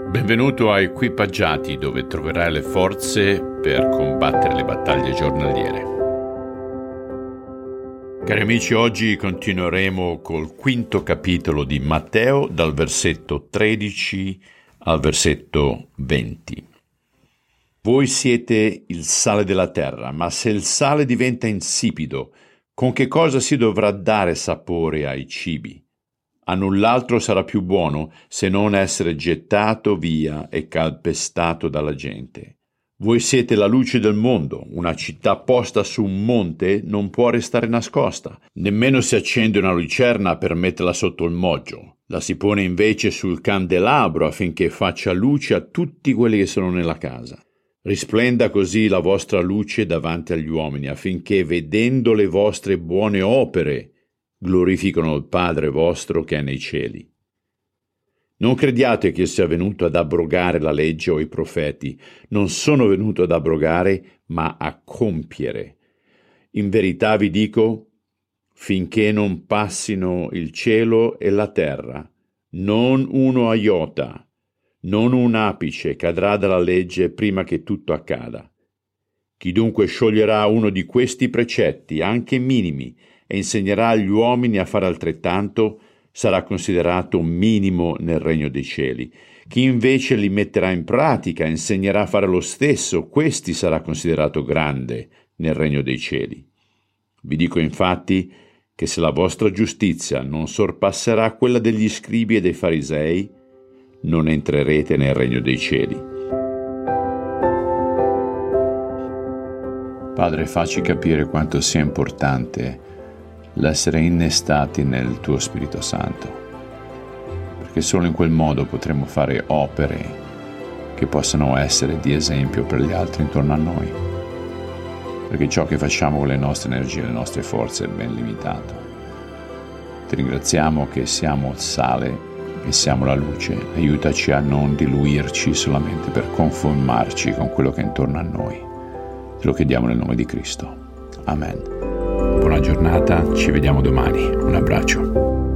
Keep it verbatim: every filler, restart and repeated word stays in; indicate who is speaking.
Speaker 1: Benvenuto a Equipaggiati, dove troverai le forze per combattere le battaglie giornaliere. Cari amici, oggi continueremo col quinto capitolo di Matteo, dal versetto tredici al versetto venti. Voi siete il sale della terra, ma se il sale diventa insipido, con che cosa si dovrà dare sapore ai cibi? A null'altro sarà più buono se non essere gettato via e calpestato dalla gente. Voi siete la luce del mondo. Una città posta su un monte non può restare nascosta. Nemmeno si accende una lucerna per metterla sotto il moggio. La si pone invece sul candelabro affinché faccia luce a tutti quelli che sono nella casa. Risplenda così la vostra luce davanti agli uomini, affinché, vedendo le vostre buone opere, glorificano il Padre vostro che è nei cieli. Non crediate che io sia venuto ad abrogare la legge o i profeti. Non sono venuto ad abrogare, ma a compiere. In verità vi dico, finché non passino il cielo e la terra, non uno iota, non un apice cadrà dalla legge prima che tutto accada. Chi dunque scioglierà uno di questi precetti, anche minimi, e insegnerà agli uomini a fare altrettanto, sarà considerato minimo nel regno dei cieli. Chi invece li metterà in pratica e insegnerà a fare lo stesso, questi sarà considerato grande nel regno dei cieli. Vi dico infatti che se la vostra giustizia non sorpasserà quella degli scribi e dei farisei, non entrerete nel regno dei cieli. Padre, facci capire quanto sia importante l'essere innestati nel tuo Spirito Santo, perché solo in quel modo potremo fare opere che possano essere di esempio per gli altri intorno a noi, perché ciò che facciamo con le nostre energie e le nostre forze è ben limitato. Ti ringraziamo che siamo il sale e siamo la luce. Aiutaci a non diluirci solamente per conformarci con quello che è intorno a noi. Te lo chiediamo nel nome di Cristo. Amen. Buona giornata, ci vediamo domani. Un abbraccio.